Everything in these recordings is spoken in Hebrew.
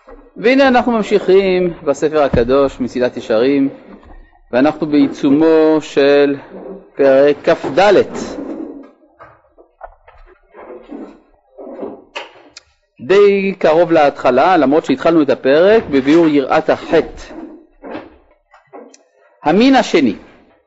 והנה אנחנו ממשיכים בספר הקדוש מסילת ישרים, ואנחנו בעיצומו של פרק כ"ד. די קרוב להתחלה, למרות שהתחלנו את הפרק בביאור יראת החטא. המין השני,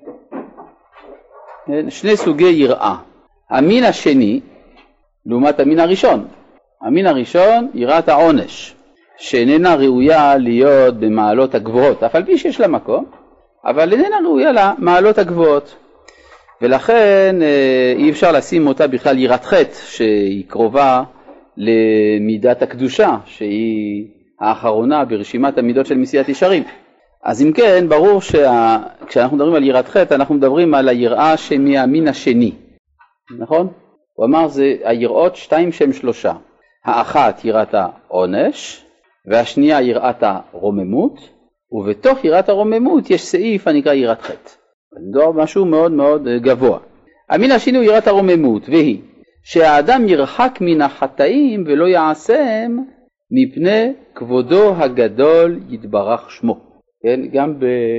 שני סוגי יראה. המין השני לעומת המין הראשון. המין הראשון יראת העונש, שאיננה ראויה להיות במעלות הגבוהות, אף על פי שיש לה מקום, אבל איננה ראויה למעלות הגבוהות, ולכן אי אפשר לשים אותה בכלל יראת חטא, שהיא קרובה למידת הקדושה, שהיא האחרונה ברשימת המידות של מסילת ישרים. אז אם כן, ברור כשאנחנו מדברים על יראת חטא, אנחנו מדברים על היראה שמהמין השני, נכון? הוא אמר זה היראות שתיים שהם שלושה, האחת יראת העונש, והשנייה יראת הרוממות, ובתוך יראת הרוממות יש סעיף הנקרא יראת חטא. זה משהו מאוד מאוד גבוה. המין השני הוא יראת הרוממות, והיא שהאדם ירחק מן החטאים ולא יעשם מפני כבודו הגדול יתברך שמו. כן, גם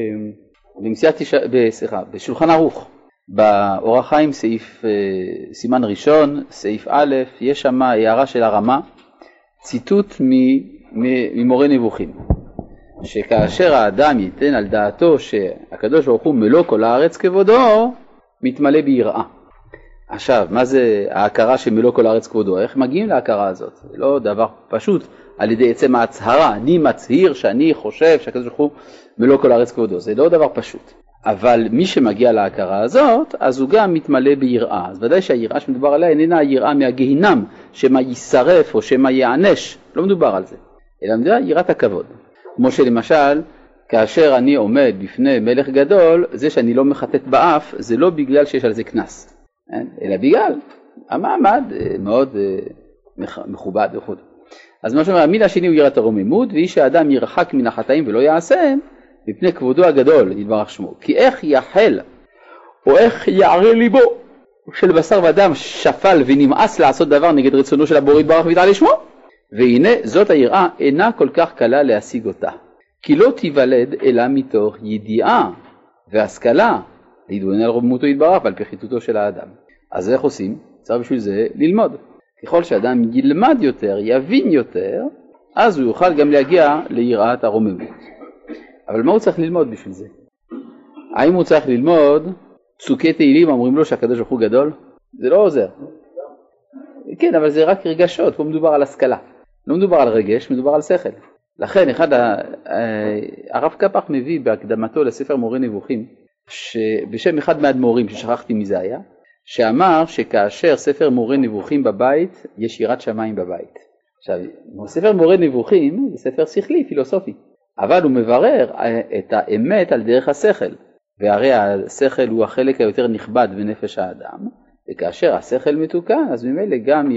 בשולחן ערוך, באור החיים סעיף סימן ראשון, סעיף א', יש שם הערה של הרמה, ציטוט ממורה נבוכים, שכאשר האדם ייתן על דעתו שהקדוש ברוך הוא מלוא כל הארץ כבודו, מתמלא ביראה. עכשיו, מה זה ההכרה שמלוא כל הארץ כבודו? איך מגיעים להכרה הזאת? זה לא דבר פשוט על ידי עצם ההצהרה, אני מצהיר שאני חושב שהקדוש ברוך הוא מלוא כל הארץ כבודו. זה לא דבר פשוט. אבל מי שמגיע להכרה הזאת, אז הוא גם מתמלא ביראה. אז ודאי שהיראה שמדובר עליה איננה היראה מהגהינם, שמה יישרף או שמה יענש. לא מדובר על זה. אלא מדובר יראת הכבוד. כמו שלמשל, כאשר אני עומד בפני מלך גדול, זה שאני לא מחטט באף, זה לא בגלל שיש על זה כנס. אלא בגלל המעמד מאוד מכובד וכו'. אז מה שאומר, המין השני הוא יראת הרוממות, והיא שהאדם ירחק מן החטאים ולא יעשם, מפני כבודו הגדול יתברך שמו. כי איך יחל, או איך יערה ליבו של בשר ודם שפל ונמאס לעשות דבר נגד רצונו של הבורא יתברך ויתעלה שמו? והנה זאת היראה אינה כל כך קלה להשיג אותה. כי לא תיוולד אלא מתוך ידיעה והשכלה, להתבונן על רוממותו יתברך ועל פחיתותו של האדם. אז איך עושים? צריך בשביל זה ללמוד. ככל שאדם ילמד יותר, יבין יותר, אז הוא יוכל גם להגיע ליראת הרוממות. אבל מה הוא צריך ללמוד בשביל זה? האם הוא צריך ללמוד פסוקי תהילים אומרים לו שהקדוש ברוך הוא גדול? זה לא עוזר. כן, אבל זה רק רגשות, פה מדובר על השכלה. לא מדובר על רגש, מדובר על שכל. לכן הרב קפח מביא בהקדמתו לספר מורה נבוכים, שבשם אחד מהאדמו"רים ששכחתי מי זה היה, שאמר שכאשר ספר מורה נבוכים בבית, יש יראת שמיים בבית. עכשיו, ספר מורה נבוכים זה ספר שכלי, פילוסופי, אבל הוא מברר את האמת על דרך השכל, והרי השכל הוא החלק היותר נכבד בנפש האדם, וכאשר השכל מתוקן, אז ממילא גם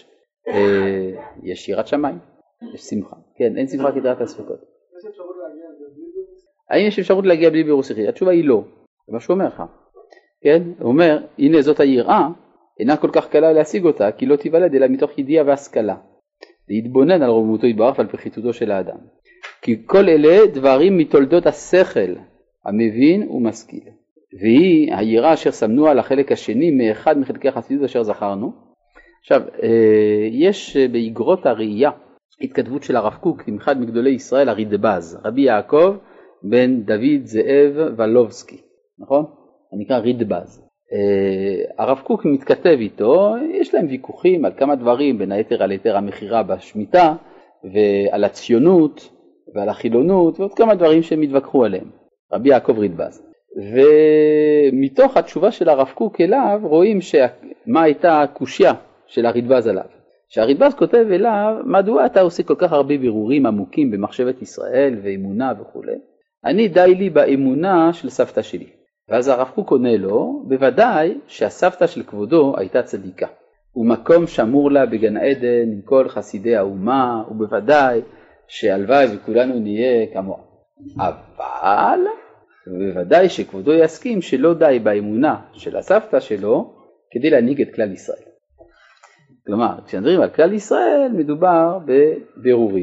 יש יראת שמיים, יש שמחה. כן, אין שמחה כדרת הספקות. יש אפשרות להגיע בלי בירוס? האם יש אפשרות להגיע בלי בירוס שכלי? התשובה היא לא. זה מה שהוא אומר לך. כן? הוא אומר, הנה זאת היראה, אינה כל כך קלה להשיג אותה, כי לא תיוולד אלא מתוך ידיעה והשכלה. להתבונן על רוממותו יתברך ועל פחיתותו של האדם. כי כל אלה דברים מתולדות השכל, המבין ומשכיל. והיא היראה אשר סמנו על החלק השני מאחד מחלקי החסידות אשר זכרנו. עכשיו, יש באגרות הראייה התכתבות של הרב קוק עם אחד מגדולי ישראל, הרידב"ז, רבי יעקב בן דוד זאב ולובסקי, נכון? הנקרא רידב"ז. הרב קוק מתכתב איתו, יש להם ויכוחים על כמה דברים, בין היתר על היתר המכירה בשמיטה, ועל הציונות ועל החילונות, ועוד כמה דברים שהם התווכחו עליהם. רבי יעקב רידב"ז. ומתוך התשובה של הרב קוק אליו, רואים מה הייתה הקושיה של הרידב"ז עליו. שהרידב"ז כותב אליו, מדוע אתה עושה כל כך הרבה בירורים עמוקים במחשבת ישראל ואמונה וכו'. אני די לי באמונה של סבתא שלי. ואז הרב קוק עונה לו, בוודאי שהסבתא של כבודו הייתה צדיקה. ומקום שמור לה בגן עדן עם כל חסידי האומה, ובוודאי שהלוואי וכולנו נהיה כמוה. אבל בוודאי שכבודו יסכים שלא די באמונה של הסבתא שלו כדי להנהיג את כלל ישראל. כלומר, כשמדברים על כלל ישראל מדובר בבירורים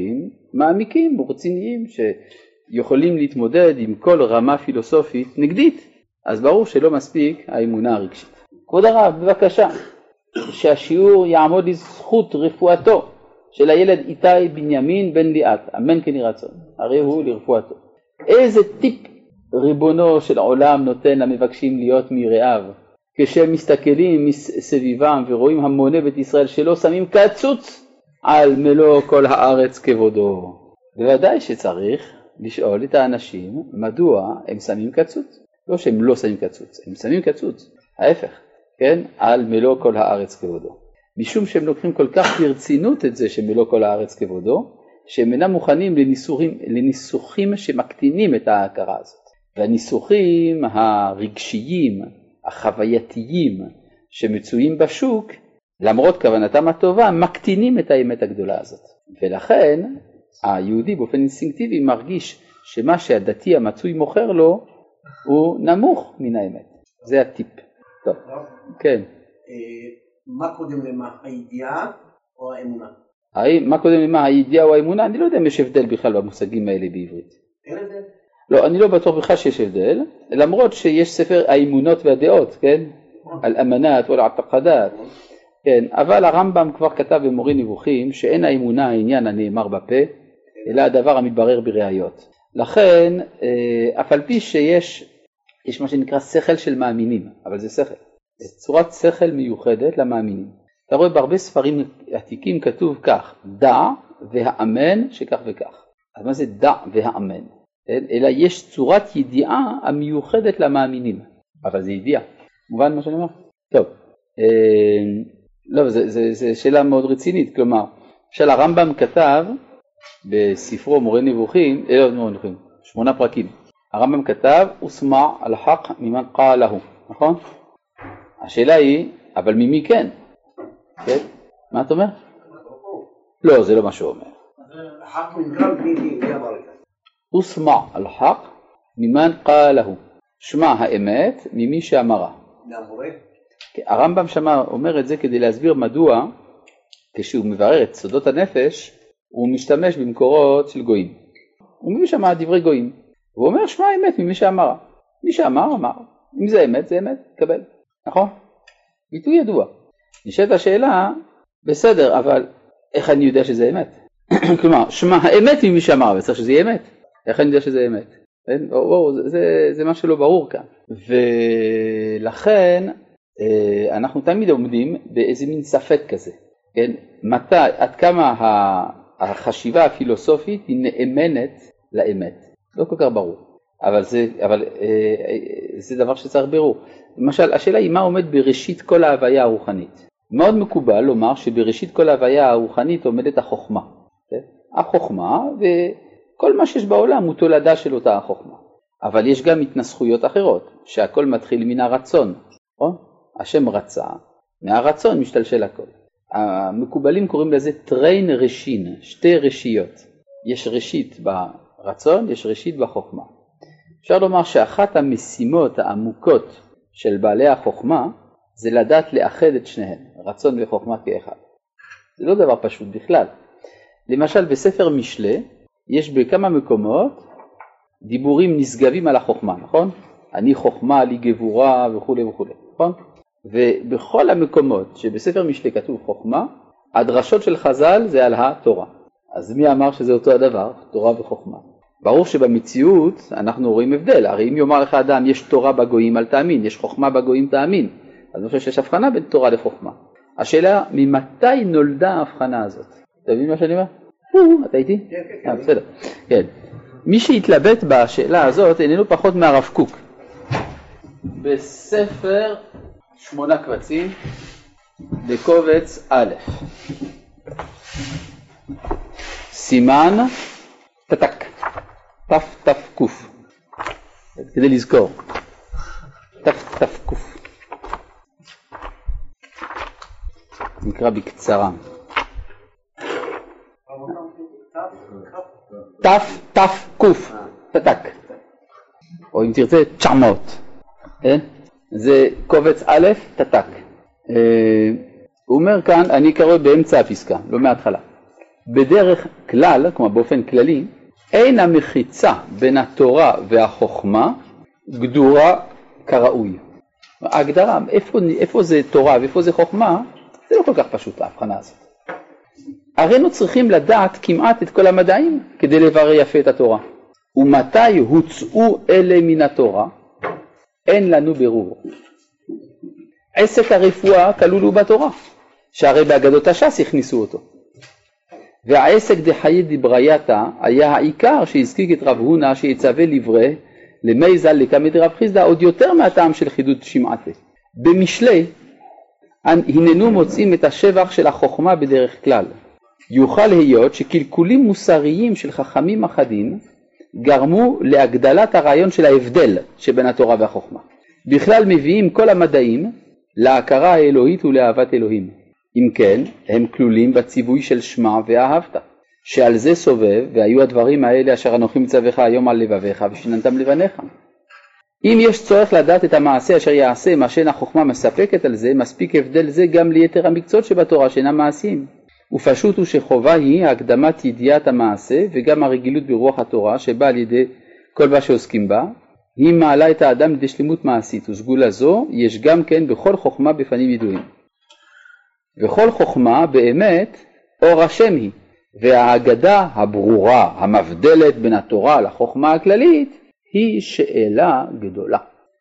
מעמיקים ורציניים שיכולים להתמודד עם כל רמה פילוסופית נגדית, אז ברור שלא מספיק האמונה הרגשית. כבוד הרב, בבקשה, שהשיעור יעמוד לזכות רפואתו של הילד איתי בנימין בן ליאת, אמן כן יהי רצון, הרי הוא לרפואתו. איזה טיפ ריבונו של עולם נותן למבקשים להיות מרעיו, כשהם מסתכלים מסביבם ורואים המוני בית ישראל שלא שמים קצוץ על מלוא כל הארץ כבודו. בוודאי שצריך לשאול את האנשים מדוע הם שמים קצוץ. לא שהם לא שמים קצוץ, הם שמים קצוץ, ההפך, כן? על מלוא כל הארץ כבודו. משום שהם לוקחים כל כך ברצינות את זה שמלוא כל הארץ כבודו, שהם אינם מוכנים לניסוחים שמקטינים את ההכרה הזאת. והניסוחים הרגשיים, החווייתיים שמצויים בשוק, למרות כוונתם הטובה, מקטינים את האמת הגדולה הזאת. ולכן היהודי באופן אינסטינקטיבי מרגיש שמה שהדתי המצוי מוכר לו הוא נמוך מן האמת. זה הטיפ. טוב, כן. מה קודם למה, הידיעה או האמונה? מה קודם למה, הידיעה או האמונה? אני לא יודע אם יש הבדל בכלל במושגים האלה בעברית. אין הבדל? לא, אני לא בטוח בכלל שיש הבדל, למרות שיש ספר האמונות והדעות, כן? על אמנת או על עתקדת. כן, אבל הרמב"ם כבר כתב במורה נבוכים שאין האמונה העניין הנאמר בפה, אלא הדבר המתברר בראיות. לכן, אף על פי שיש מה שנקרא שכל של מאמינים, אבל זה שכל. זה צורת שכל מיוחדת למאמינים. אתה רואה בהרבה ספרים עתיקים כתוב כך, דע והאמן שכך וכך. אז מה זה דע והאמן? אלא יש צורת ידיעה המיוחדת למאמינים, אבל זה ידיעה. מובן מה שאני אומר? טוב, לא, זה שאלה מאוד רצינית, כלומר, של הרמב"ם כתב בספרו מורה נבוכים, 8 פרקים, הרמב"ם כתב, וסמע על חק ממן קאלהו, נכון? השאלה היא, אבל ממי כן? כן? מה אתה אומר? לא, זה לא מה שהוא אומר. חק ממן מי אמר את זה? וסמע על חק ממן קאלהו, שמע האמת ממי שאמרה. מהמורה? הרמב"ם שמה אומר את זה כדי להסביר מדוע כשהוא מברר את סודות הנפש הוא משתמש במקורות של גויים. הוא מביא שמה דברי גויים. הוא אומר שמע האמת ממי שאמרה. מי שאמר אמר. אם זה אמת זה אמת, קבל. נכון? ביטוי ידוע. נשאלת השאלה, בסדר, אבל איך אני יודע שזה אמת? כלומר, שמע האמת ממי שאמר, וצריך שזה יהיה אמת. איך אני יודע שזה אמת? זה מה שלא ברור כאן. ולכן אנחנו תמיד עומדים באיזה מין ספק כזה. כן? עד כמה החשיבה הפילוסופית היא נאמנת לאמת. לא כל כך ברור. אבל זה דבר שצריך ברור. למשל, השאלה היא מה עומד בראשית כל ההוויה הרוחנית. מאוד מקובל לומר שבראשית כל ההוויה הרוחנית עומדת החוכמה. כן? החוכמה וכל מה שיש בעולם הוא תולדה של אותה החוכמה. אבל יש גם התנסחויות אחרות, שהכל מתחיל מן הרצון. השם רצה, מהרצון משתלשל הכל. המקובלים קוראים לזה טריין ראשין, 2 ראשיות. יש ראשית ברצון, יש ראשית בחוכמה. אפשר לומר שאחת המשימות העמוקות של בעלי החוכמה, זה לדעת לאחד את שניהם, רצון וחוכמה כאחד. זה לא דבר פשוט בכלל. למשל בספר משלי, יש בכמה מקומות דיבורים נשגבים על החוכמה, נכון? אני חוכמה, לי גבורה וכו' וכו', נכון? ובכל המקומות שבספר משלי כתוב חוכמה, הדרשות של חז"ל זה על התורה. אז מי אמר שזה אותו הדבר, תורה וחוכמה? ברור שבמציאות אנחנו רואים הבדל, הרי אם יאמר לך אדם יש תורה בגויים אל תאמין, יש חוכמה בגויים תאמין, אז אני חושב שיש הבחנה בין תורה לחוכמה. השאלה, ממתי נולדה ההבחנה הזאת? אתה מבין מה שאני אומר? אתה איתי? כן. בסדר. כן. מי שהתלבט בשאלה הזאת איננו פחות מהרב קוק. בספר 8 קבצים, בקובץ א', סימן תתק, תף, כדי לזכור, תף, נקרא בקצרה. תף, תתק, או אם תרצה 900, זה קובץ א', תתק. הוא אומר כאן, אני קורא באמצע הפסקה, לא מההתחלה. בדרך כלל, כלומר באופן כללי, אין המחיצה בין התורה והחוכמה גדורה כראוי. ההגדרה, איפה זה תורה ואיפה זה חוכמה, זה לא כל כך פשוט ההבחנה הזאת. הרינו צריכים לדעת כמעט את כל המדעים כדי לברר יפה את התורה. ומתי הוצאו אלה מן התורה? אין לנו ברור. עסק הרפואה כלול הוא בתורה, שהרי באגדות הש"ס הכניסו אותו. והעסק דחיי דברייתא היה העיקר שהזקיק את רב הונא שיצווה לברה למי ז"ל לקמא דרב חיסדא עוד יותר מהטעם של חידוד שמעתה. במשלי הננו מוצאים את השבח של החוכמה בדרך כלל. יוכל להיות שקלקולים מוסריים של חכמים אחדים גרמו להגדלת הרעיון של ההבדל שבין התורה והחוכמה. בכלל מביאים כל המדעים להכרה האלוהית ולאהבת אלוהים. אם כן, הם כלולים בציווי של שמע ואהבת, שעל זה סובב, והיו הדברים האלה אשר אנוכי מצווך היום על לבביך ושיננתם לבניך. אם יש צורך לדעת את המעשה אשר יעשה מה שאין החוכמה מספקת על זה, מספיק הבדל זה גם ליתר המקצות שבתורה שאינם מעשיים. ופשוט הוא שחובה היא הקדמת ידיעת המעשה וגם הרגילות ברוח התורה שבאה על ידי כל מה שעוסקים בה, היא מעלה את האדם לידי שלמות מעשית, וסגולה זו יש גם כן בכל חוכמה בפנים ידועים. וכל חוכמה באמת אור השם היא, וההגדה הברורה המבדלת בין התורה לחוכמה הכללית היא שאלה גדולה.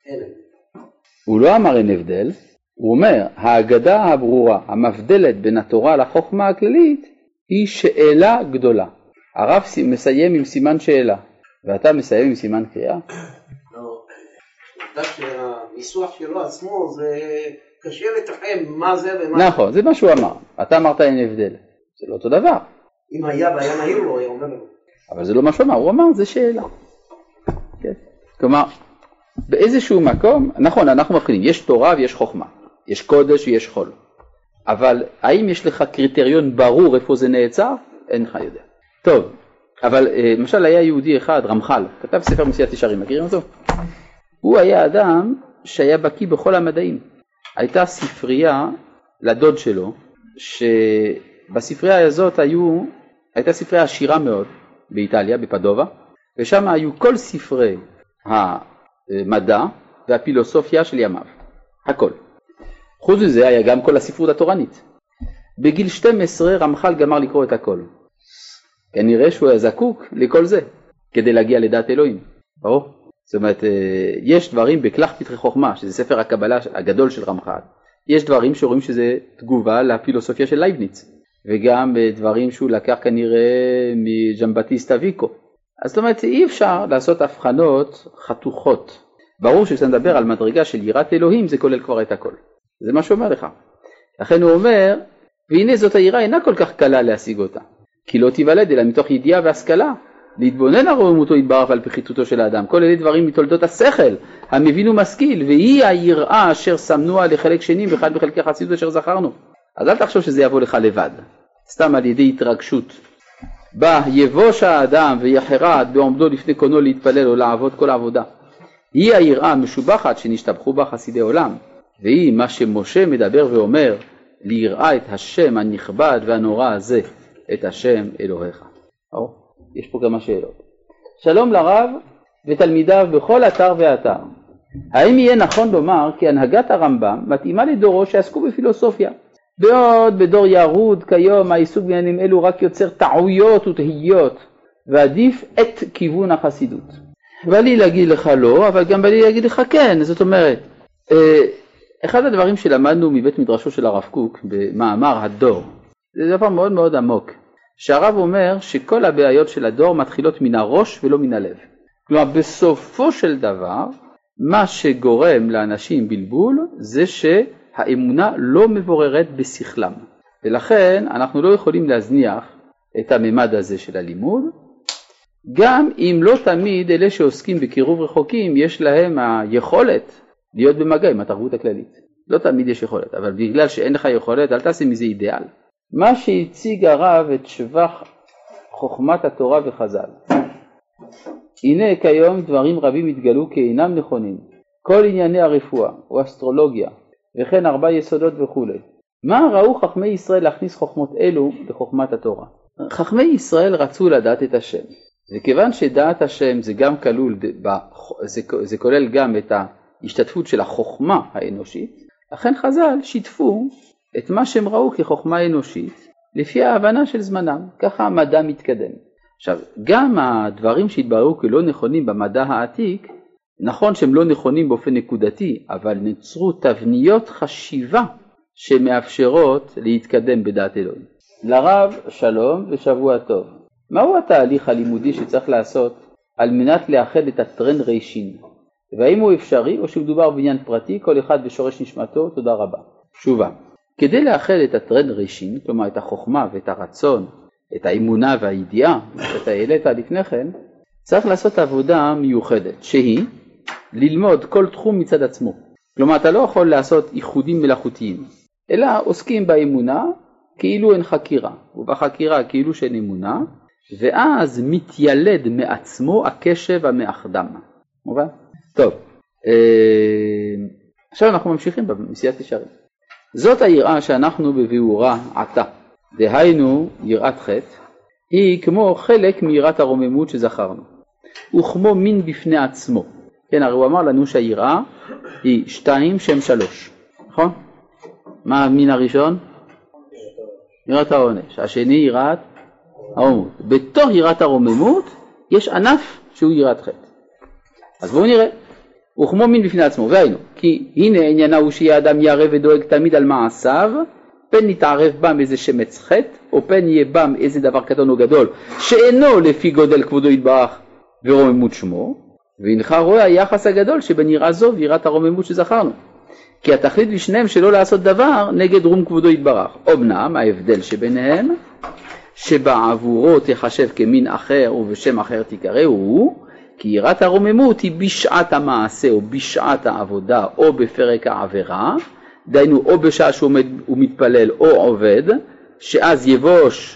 הוא לא אמר אין הבדל, הוא אומר ההגדה הברורה המבדלת בין התורה לחוכמה הכללית היא שאלה גדולה. הרב מסיים עם סימן שאלה ואתה מסיים עם סימן קריאה. לא, עובדה שהניסוח שלו עצמו זה קשה לתחם מה זה ומה. נכון, זה מה שהוא אמר. אתה אמרת אין הבדל, זה לא אותו דבר. אם היה והיה נהיר לו, היה אומר לו. אבל זה לא מה שהוא אמר, הוא אמר זה שאלה. כן. כלומר, באיזשהו מקום, נכון, אנחנו מבחינים, יש תורה ויש חוכמה, יש קודש ויש חול. אבל האם יש לך קריטריון ברור איפה זה נעצר? אין לך יודע. טוב, אבל למשל היה יהודי אחד, רמח"ל, כתב ספר מסיעת ישרים, מכירים אותו? הוא היה אדם שהיה בקיא בכל המדעים. הייתה ספרייה לדוד שלו, שבספרייה הזאת הייתה ספרייה עשירה מאוד באיטליה, בפדובה, ושם היו כל ספרי המדע והפילוסופיה של ימיו, הכל. חוץ מזה היה גם כל הספרות התורנית. בגיל 12 רמח"ל גמר לקרוא את הכל. כנראה שהוא היה זקוק לכל זה, כדי להגיע לדעת אלוהים. ברור? זאת אומרת, יש דברים בכרך פתחי חוכמה, שזה ספר הקבלה הגדול של רמח"ל. יש דברים שרואים שזה תגובה לפילוסופיה של לייבניץ, וגם דברים שהוא לקח כנראה מג'מבטיסטה ויקו. אז זאת אומרת, אי אפשר לעשות הבחנות חתוכות. ברור שכשאתה מדבר על מדרגה של יראת אלוהים, זה כולל כבר את הכל. זה מה שאומר לך. לכן הוא אומר, והנה זאת היראה אינה כל כך קלה להשיג אותה. כי לא תיוולד אלא מתוך ידיעה והשכלה. להתבונן הרוממותו יתברך על פחיתותו של האדם. כל אלה דברים מתולדות השכל, המבין ומשכיל, והיא היראה אשר שמנוה לחלק שנים ואחד בחלקי חסידות אשר זכרנו. אז אל תחשוב שזה יבוא לך לבד, סתם על ידי התרגשות. בה יבוש האדם ויחרד בעומדו לפני קונו להתפלל או לעבוד כל העבודה. היא היראה המשובחת שנשתבחו בה חסידי עולם, והיא מה שמשה מדבר ואומר, ליראה את השם הנכבד והנורא הזה, את השם אלוהיך. יש פה כמה שאלות. שלום לרב ותלמידיו בכל אתר ואתר. האם יהיה נכון לומר כי הנהגת הרמב"ם מתאימה לדורו שעסקו בפילוסופיה? בעוד בדור ירוד כיום העיסוק בעניינים אלו רק יוצר טעויות ותהיות, ועדיף את כיוון החסידות. בא לי להגיד לך לא, אבל גם בא לי להגיד לך כן. זאת אומרת, אחד הדברים שלמדנו מבית מדרשו של הרב קוק במאמר הדור, זה דבר מאוד מאוד עמוק, שהרב אומר שכל הבעיות של הדור מתחילות מן הראש ולא מן הלב. כלומר, בסופו של דבר, מה שגורם לאנשים בלבול זה שהאמונה לא מבוררת בשכלם. ולכן אנחנו לא יכולים להזניח את הממד הזה של הלימוד, גם אם לא תמיד אלה שעוסקים בקירוב רחוקים יש להם היכולת להיות במגע עם התרבות הכללית. לא תמיד יש יכולת, אבל בגלל שאין לך יכולת אל תעשה מזה אידיאל. מה שהציג הרב את שבח חוכמת התורה וחז"ל. הנה כיום דברים רבים התגלו כאינם נכונים. כל ענייני הרפואה או אסטרולוגיה וכן 4 יסודות וכו'. מה ראו חכמי ישראל להכניס חוכמות אלו לחוכמת התורה? חכמי ישראל רצו לדעת את השם, וכיוון שדעת השם זה גם כלול, זה כולל גם את ההשתתפות של החוכמה האנושית, לכן חז"ל שיתפו את מה שהם ראו כחוכמה אנושית לפי ההבנה של זמנם, ככה המדע מתקדם. עכשיו, גם הדברים שהתבררו כלא נכונים במדע העתיק, נכון שהם לא נכונים באופן נקודתי, אבל נוצרו תבניות חשיבה שמאפשרות להתקדם בדעת אלוהים. לרב שלום ושבוע טוב. מהו התהליך הלימודי שצריך לעשות על מנת לאחד את הטרן רישין? והאם הוא אפשרי או שמדובר בעניין פרטי, כל אחד בשורש נשמתו? תודה רבה. תשובה. כדי לאחד את הטרן רישין, כלומר את החוכמה ואת הרצון, את האמונה והידיעה, שאתה העלית לפני כן, צריך לעשות עבודה מיוחדת, שהיא ללמוד כל תחום מצד עצמו. כלומר, אתה לא יכול לעשות ייחודים מלאכותיים, אלא עוסקים באמונה כאילו אין חקירה, ובחקירה כאילו שאין אמונה, ואז מתיילד מעצמו הקשב המאחדם. מובן? טוב, עכשיו אנחנו ממשיכים במסילת ישרים. זאת היראה שאנחנו בביאורה עתה, דהיינו יראת חטא, היא כמו חלק מיראת הרוממות שזכרנו, וכמו מין בפני עצמו. כן, הרי הוא אמר לנו שהיראה היא 2 שם 3, נכון? מה המין הראשון? יראת העונש. השני יראת הרוממות. בתוך יראת הרוממות יש ענף שהוא יראת חטא. אז בואו נראה. וכמו מין בפני עצמו, והיינו, כי הנה עניינה הוא שיהיה אדם ירא ודואג תמיד על מעשיו, פן נתערב בם איזה שמץ חטא, או פן יהיה בם איזה דבר קטן או גדול, שאינו לפי גודל כבודו יתברך ורוממות שמו, והנך רואה היחס הגדול שבין יראה זו ויראת הרוממות שזכרנו. כי התכלית בשניהם שלא לעשות דבר נגד רום כבודו יתברך. אמנם ההבדל שביניהם, שבעבורו תחשב כמין אחר ובשם אחר תיקרא הוא, כי יראת הרוממות היא בשעת המעשה או בשעת העבודה או בפרק העבירה, דיינו או בשעה שהוא מתפלל או עובד, שאז יבוש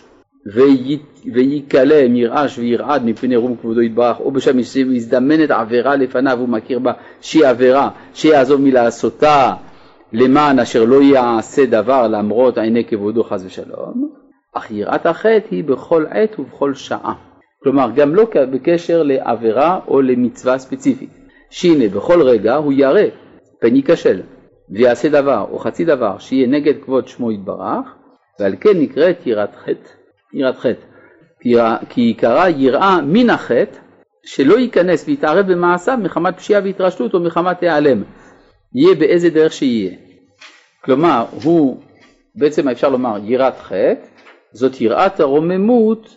ויקלה מירעש וירעד מפני רום כבודו יתברך, או בשעה מזדמנת עבירה לפניו ומכיר בה שהיא עבירה, שיעזוב מלעשותה למען אשר לא יעשה דבר למרות עיני כבודו חס ושלום. אך יראת החטא היא בכל עת ובכל שעה, כלומר גם לא בקשר לעבירה או למצווה ספציפית, שהנה בכל רגע הוא ירא פן ייכשל ויעשה דבר או חצי דבר שיהיה נגד כבוד שמו יתברך, ועל כן נקראת יראת חטא. יראת חטא כי עיקרה יראה מן החטא שלא ייכנס ויתערב במעשיו מחמת פשיעה והתרשלות או מחמת העלם, יהיה באיזה דרך שיהיה. כלומר הוא בעצם אפשר לומר יראת חטא זאת יראת הרוממות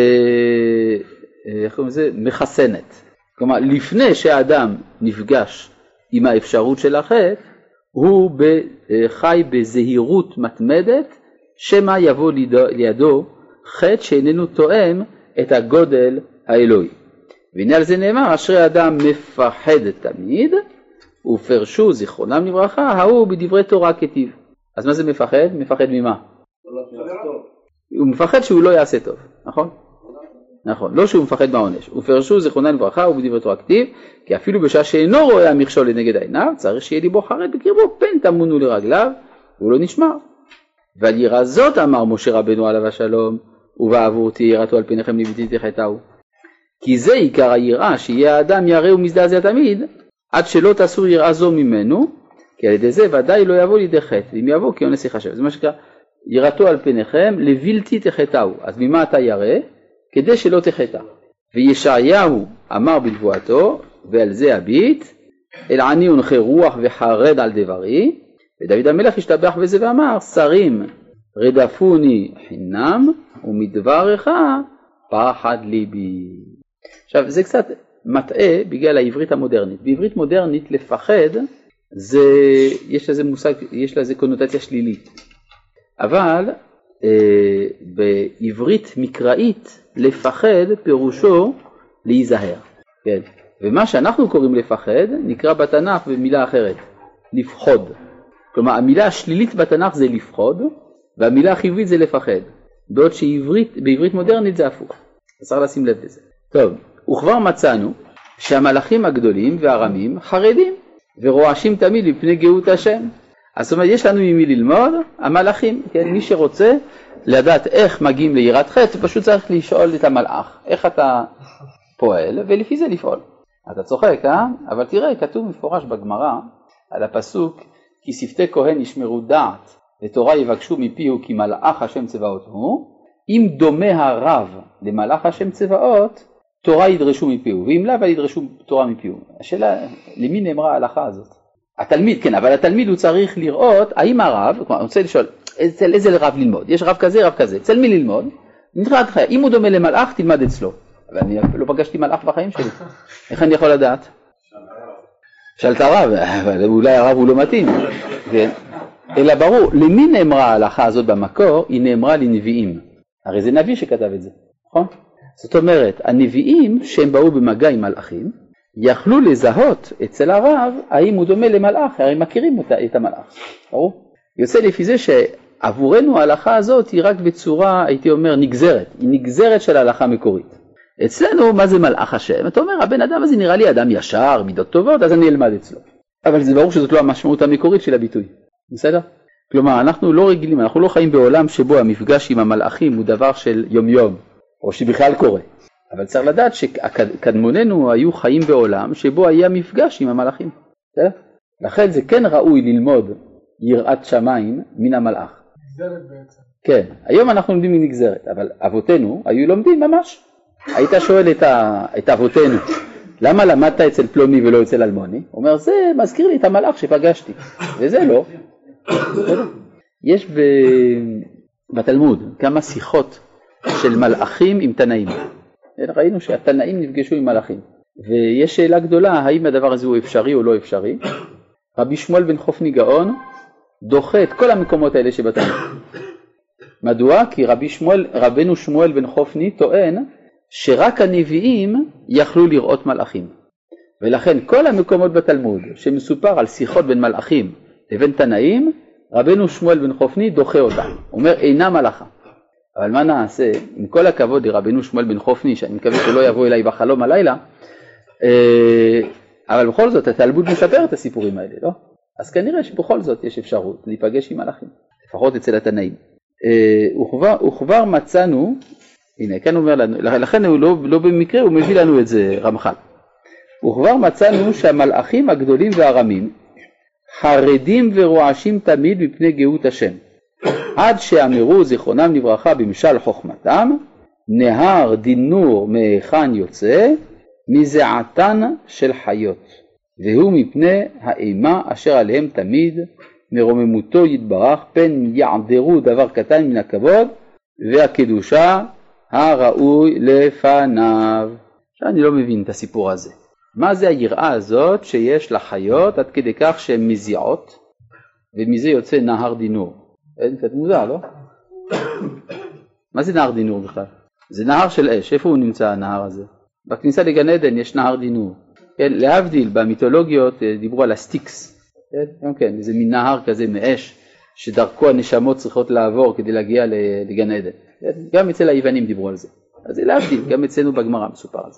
איך קוראים לזה? מחסנת. כלומר לפני שהאדם נפגש עם האפשרות של החטא הוא חי בזהירות מתמדת שמה יבוא לידו חטא שאיננו תואם את הגודל האלוהי. והנה על זה נאמר אשרי אדם מפחד תמיד ופרשו זיכרונם לברכה ההוא בדברי תורה כתיב. אז מה זה מפחד? מפחד ממה? הוא מפחד שהוא לא יעשה טוב, נכון? נכון, לא שהוא מפחד מהעונש. ופרשו זיכרונם לברכה ובדברי תורה כתיב, כי אפילו בשעה שאינו רואה המכשול לנגד עיניו צריך שיהיה ליבו חרד בקרבו פן תמונו לרגליו והוא לא נשמר. ועל יראה זאת אמר משה רבנו עליו השלום, ובעבורתי יראתו על פניכם ליוויתי תחטאו. כי זה עיקר היראה, שיהיה האדם ירא ומזדעזע תמיד, עד שלא תסור יראה זו ממנו, כי על ידי זה ודאי לא יבוא לידי חטא, ואם יבוא כי אונס יחשב. זה מה שקרה, יראתו על פניכם לבלתי תחטאו. אז ממה אתה ירא? כדי שלא תחטא. וישעיהו אמר בנבואתו, ועל זה הביט, אל עני ונחה רוח וחרד על דברי, ודוד המלך השתבח בזה ואמר, שרים רדפוני חינם ומדברך פחד ליבי. עכשיו זה קצת מטעה בגלל העברית המודרנית. בעברית מודרנית לפחד יש לזה מושג, יש לזה קונוטציה שלילית. אבל בעברית מקראית לפחד פירושו להיזהר. כן. ומה שאנחנו קוראים לפחד נקרא בתנ"ך במילה אחרת, לפחוד. כלומר המילה השלילית בתנ"ך זה לפחוד, והמילה החיובית זה לפחד. בעוד שבעברית מודרנית זה הפוך. אז צריך לשים לב לזה. טוב, וכבר מצאנו שהמלאכים הגדולים והרמים חרדים ורועשים תמיד מפני גאות השם. אז זאת אומרת, יש לנו ממי ללמוד, המלאכים, כן? מי שרוצה לדעת איך מגיעים ליראת חטא, פשוט צריך לשאול את המלאך, איך אתה פועל, ולפי זה לפעול. אתה צוחק, אבל תראה, כתוב מפורש בגמרא, על הפסוק, כי שפתי כהן ישמרו דעת, ותורה יבקשו מפיהו כי מלאך השם צבאות הוא, אם דומה הרב למלאך השם צבאות, תורה ידרשו מפיהו, ואם לאו ידרשו תורה מפיהו. השאלה, למי נאמרה ההלכה הזאת? התלמיד, כן, אבל התלמיד הוא צריך לראות, האם הרב, כלומר, אני רוצה לשאול, אצל איזה רב ללמוד? יש רב כזה, רב כזה, אצל מי ללמוד? אם הוא דומה למלאך, תלמד אצלו. אבל אני לא פגשתי מלאך בחיים שלי. איך אני יכול לדעת? שאלת הרב, אבל אולי הרב הוא לא מתאים. אלא ברור, למי נאמרה ההלכה הזאת במקור? היא נאמרה לנביאים. הרי זה נביא שכתב את זה, נכון? זאת אומרת, הנביאים שהם באו במגע עם מלאכים, יכלו לזהות אצל הרב האם הוא דומה למלאך, הרי מכירים את המלאך. ברור? יוצא לפי זה שעבורנו ההלכה הזאת היא רק בצורה, הייתי אומר, נגזרת. היא נגזרת של ההלכה המקורית. אצלנו, מה זה מלאך השם? אתה אומר, הבן אדם הזה נראה לי אדם ישר, מידות טובות, אז אני אלמד אצלו. אבל זה ברור שזאת לא המשמעות המקורית של הביטוי. בסדר? כלומר, אנחנו לא רגילים, אנחנו לא חיים בעולם שבו המפגש עם המלאכים הוא דבר של יום-יום, או שבכלל קורה. אבל צריך לדעת שקדמוננו היו חיים בעולם שבו היה מפגש עם המלאכים. בסדר? לכן זה כן ראוי ללמוד יראת שמיים מן המלאך. נגזרת בעצם. כן, היום אנחנו לומדים מנגזרת, אבל אבותינו היו לומדים ממש. היית שואל את אבותינו, למה למדת אצל פלוני ולא אצל אלמוני? הוא אומר, זה מזכיר לי את המלאך שפגשתי, וזה לא. יש בתלמוד כמה שיחות של מלאכים עם תנאים. ראינו שהתנאים נפגשו עם מלאכים, ויש שאלה גדולה, האם הדבר הזה הוא אפשרי או לא אפשרי. רבי שמואל בן חופני גאון דוחה את כל המקומות האלה שבתלמוד. מדוע? כי רבנו שמואל בן חופני טוען שרק הנביאים יכלו לראות מלאכים. ולכן כל המקומות בתלמוד שמסופר על שיחות בין מלאכים לבין תנאים, רבנו שמואל בן חופני דוחה אותם. הוא אומר, אינה מלאכה. אבל מה נעשה? עם כל הכבוד לרבנו שמואל בן חופני, שאני מקווה שלא יבוא אליי בחלום הלילה, אבל בכל זאת התלמוד מספר את הסיפורים האלה, לא? אז כנראה שבכל זאת יש אפשרות להיפגש עם מלאכים, לפחות אצל התנאים. וכבר מצאנו, הנה, כאן הוא אומר לנו, לכן הוא לא במקרה, הוא מביא לנו את זה רמח"ל. וכבר מצאנו שהמלאכים הגדולים והרמים חרדים ורועשים תמיד מפני גאות השם, עד שאמרו זיכרונם לברכה במשל חוכמתם, נהר דינור מהיכן יוצא, מזעתן של חיות, והוא מפני האימה אשר עליהם תמיד, מרוממותו יתברך, פן יעדרו דבר קטן מן הכבוד, והקדושה הראוי לפניו. שאני לא מבין את הסיפור הזה. מה זה היראה הזאת שיש לחיות עד כדי כך שהן מזיעות, ומזה יוצא נהר דינור? אין קצת מוזר, לא? מה זה נהר דינור בכלל? זה נהר של אש. איפה הוא נמצא הנהר הזה? בכניסה לגן עדן יש נהר דינור. כן, להבדיל, במיתולוגיות דיברו על הסטיקס. כן, זה מין נהר כזה מאש, שדרכו הנשמות צריכות לעבור כדי להגיע לגן עדן. גם אצל היוונים דיברו על זה. אז זה להבדיל, גם אצלנו בגמרא מסופר על זה.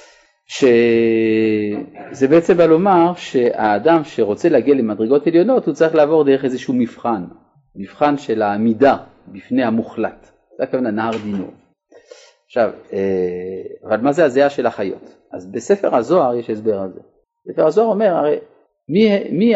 שזה בעצם בא לומר שהאדם שרוצה להגיע למדרגות עליונות, הוא צריך לעבור דרך איזשהו מבחן של העמידה בפני המוחלט. זה הכוונה נהר דינור. עכשיו, אבל מה זה הזיעה של החיות? אז בספר הזוהר יש הסבר על זה. בספר הזוהר אומר, הרי מי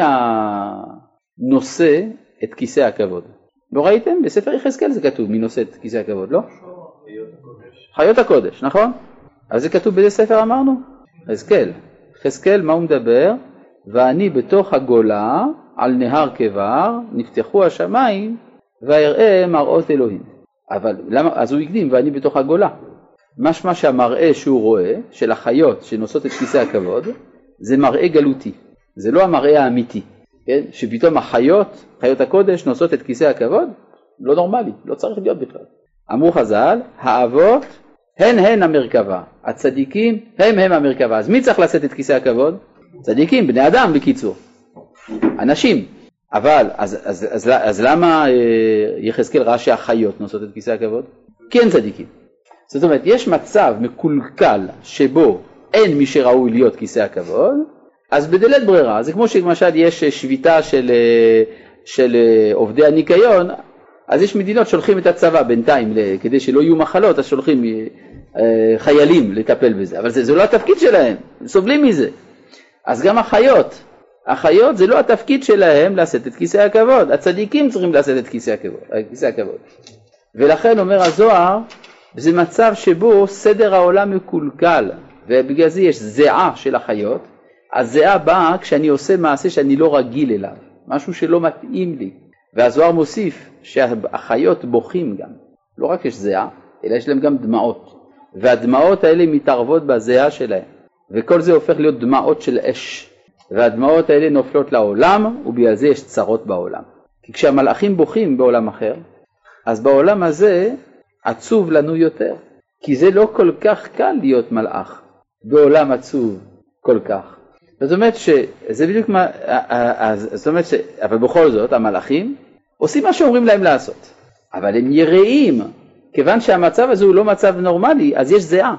הנושא את כיסא הכבוד? לא ראיתם? בספר יחזקאל זה כתוב, מי נושא את כיסא הכבוד, לא? חיות הקודש, נכון? אז זה כתוב באיזה ספר אמרנו? יחזקאל. יחזקאל, מה הוא מדבר? ואני בתוך הגולה, על נהר כבר, נפתחו השמיים, והראה מראות אלוהים. אבל למה? אז הוא הקדים, ואני בתוך הגולה. משמע שהמראה שהוא רואה, של החיות שנושאות את כיסא הכבוד, זה מראה גלותי. זה לא המראה האמיתי. כן? שפתאום החיות, חיות הקודש, נושאות את כיסא הכבוד, לא נורמלי, לא צריך להיות בכלל. אמרו חז"ל, האבות הן המרכבה, הצדיקים הם המרכבה. אז מי צריך לשאת את כיסא הכבוד? צדיקים, בני אדם בקיצור. אנשים. אבל, אז למה יחזקאל ראה שהחיות נושאות את כיסא הכבוד? כי אין צדיקים. זאת אומרת, יש מצב מקולקל שבו אין מי שראוי להיות כיסא הכבוד, אז בדלת ברירה, זה כמו שלמשל יש שביתה של של עובדי הניקיון, אז יש מדינות שולחים את הצבא בינתיים, כדי שלא יהיו מחלות, אז שולחים חיילים לטפל בזה, אבל זה לא התפקיד שלהם, הם סובלים מזה. אז גם החיות זה לא התפקיד שלהם לשאת את כיסא הכבוד, הצדיקים צריכים לשאת את כיסא הכבוד. ולכן אומר הזוהר, זה מצב שבו סדר העולם מקולקל, ובגלל זה יש זיעה של החיות. הזיעה באה כשאני עושה מעשה שאני לא רגיל אליו, משהו שלא מתאים לי. והזוהר מוסיף שהחיות בוכים גם, לא רק יש זיעה, אלא יש להם גם דמעות. והדמעות האלה מתערבות בזיעה שלהם, וכל זה הופך להיות דמעות של אש. והדמעות האלה נופלות לעולם, ובגלל זה יש צרות בעולם. כי כשהמלאכים בוכים בעולם אחר, אז בעולם הזה עצוב לנו יותר. כי זה לא כל כך קל להיות מלאך בעולם עצוב כל כך. זאת אומרת שזה בדיוק מה, זאת אומרת אבל בכל זאת המלאכים עושים מה שאומרים להם לעשות. אבל הם יראים, כיוון שהמצב הזה הוא לא מצב נורמלי, אז יש זיעה.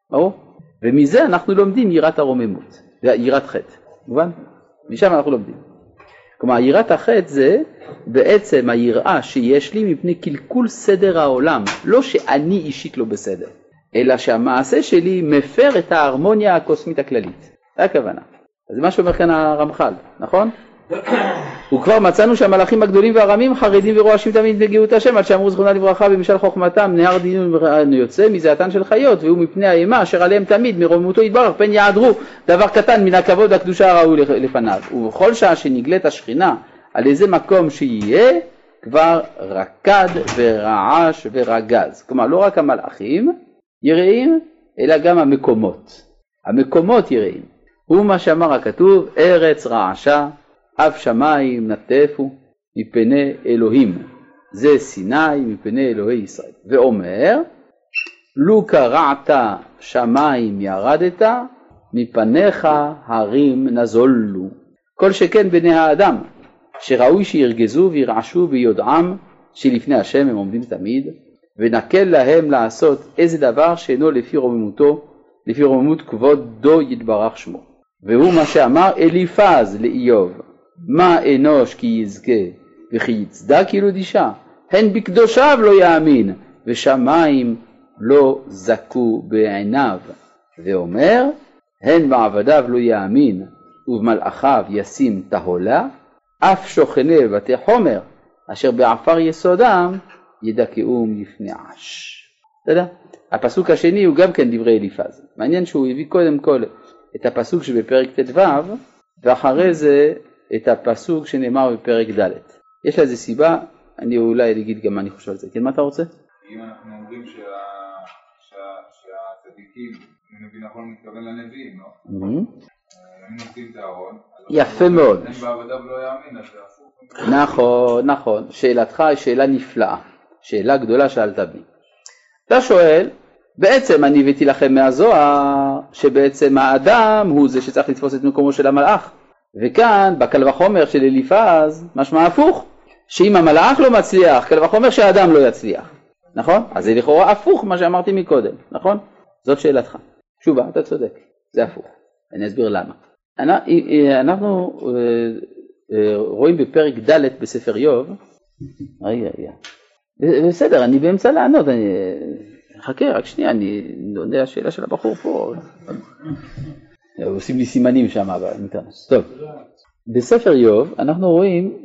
ומזה אנחנו לומדים יראת הרוממות, יראת חטא. מובן? משם אנחנו לומדים. כלומר, יראת החטא זה בעצם היראה שיש לי מפני קלקול סדר העולם. לא שאני אישית לא בסדר, אלא שהמעשה שלי מפר את ההרמוניה הקוסמית הכללית. זה הכוונה. אז זה מה שאומר כאן הרמח"ל, נכון? וכבר מצאנו שהמלאכים הגדולים והרמים חרדים ורועשים תמיד בגאות השם, עד שאמרו זכרונה לברכה במשל חוכמתם, נהר דין יוצא מזיעתן של חיות, והוא מפני האימה אשר עליהם תמיד מרוממותו יתברך, פן יעדרו דבר קטן מן הכבוד והקדושה הראוי לפניו. ובכל שעה שנגלית השכינה על איזה מקום שיהיה, כבר רקד ורעש ורגז. כלומר, לא רק המלאכים יראים, אלא גם המקומות יראים. הוא מה שאמר הכתוב, ארץ רעשה, אף שמיים נטפו מפני אלוהים. זה סיני מפני אלוהי ישראל. ואומר, לו קרעת שמיים ירדת, מפניך הרים נזולו. כל שכן בני האדם, שראוי שירגזו וירעשו ביודעם, שלפני השם הם עומדים תמיד, ונקל להם לעשות איזה דבר שאינו לפי רוממות כבודו יתברך שמו. והוא מה שאמר אליפז לאיוב, מה אנוש כי יזכה וכי יצדק ילוד אישה, הן בקדושיו לא יאמין ושמיים לא זכו בעיניו. ואומר, הן בעבדיו לא יאמין ובמלאכיו ישים תהולה, אף שוכני בתי חומר אשר בעפר יסודם ידכאום לפני עש. תדע? הפסוק השני הוא גם כן דברי אליפז. מעניין שהוא הביא קודם כל את הפסוק שבפרק ט"ו, ואחרי זה את הפסוק שנאמר בפרק ד'. יש לזה סיבה, אני אולי אגיד גם מה אני חושב על זה. כן, מה אתה רוצה? אם אנחנו אומרים שהצדיקים, אני מבין נכון, מתכוון לנביאים, לא? הם נותנים את הארון. יפה מאוד. הם בעבדיו לא יאמין, אז זה הפוך. נכון. שאלתך היא שאלה נפלאה. שאלה גדולה שאלת בי. אתה שואל, בעצם אני הבאתי לכם מהזוהר, שבעצם האדם הוא זה שצריך לתפוס את מקומו של המלאך. וכאן, בקל וחומר של אליפז, משמע הפוך. שאם המלאך לא מצליח, קל וחומר שהאדם לא יצליח. נכון? אז זה לכאורה הפוך מה שאמרתי מקודם, נכון? זאת שאלתך. תשובה, אתה צודק. זה הפוך. אני אסביר למה. אנחנו רואים בפרק ד' בספר איוב. רגע. בסדר, אני באמצע לענות. חכה, רק שנייה, אני לא יודע השאלה של הבחור פה. עושים לי סימנים שם באינטרנט. טוב. בספר איוב אנחנו רואים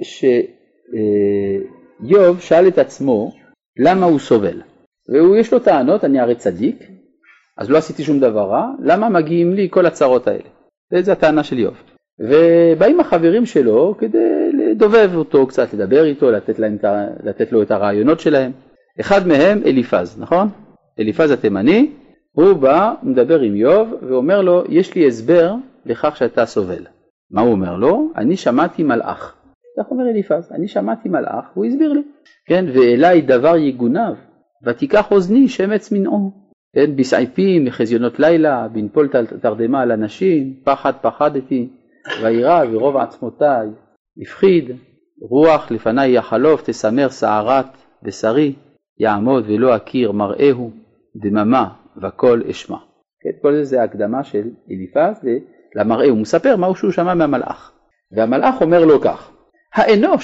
שאיוב שאל את עצמו למה הוא סובל. ויש לו טענות, אני הרי צדיק, אז לא עשיתי שום דבר רע, למה מגיעים לי כל הצרות האלה? זו הטענה של איוב. ובאים החברים שלו כדי לדובב אותו קצת, לדבר איתו, לתת לו את הרעיונות שלהם. אחד מהם אליפז, נכון? אליפז התימני, הוא בא, מדבר עם איוב ואומר לו, יש לי הסבר לכך שאתה סובל. מה הוא אומר לו? אני שמעתי מלאך. כך אומר אליפז, אני שמעתי מלאך, הוא הסביר לי. כן, ואליי דבר יגונב, ותיקח אוזני שמץ מנעו. כן, בסעיפים, מחזיונות לילה, בנפול תרדמה על אנשים, פחד פחדתי, וירא ורוב עצמותיי, הפחיד, רוח לפניי יחלוף, תסמר שערת בשרי, יעמוד ולא אכיר מראהו, דממה וכל אשמע. כן, כל זה ההקדמה של אליפז למראה, הוא מספר מהו שהוא שמע מהמלאך. והמלאך אומר לו כך, האנוש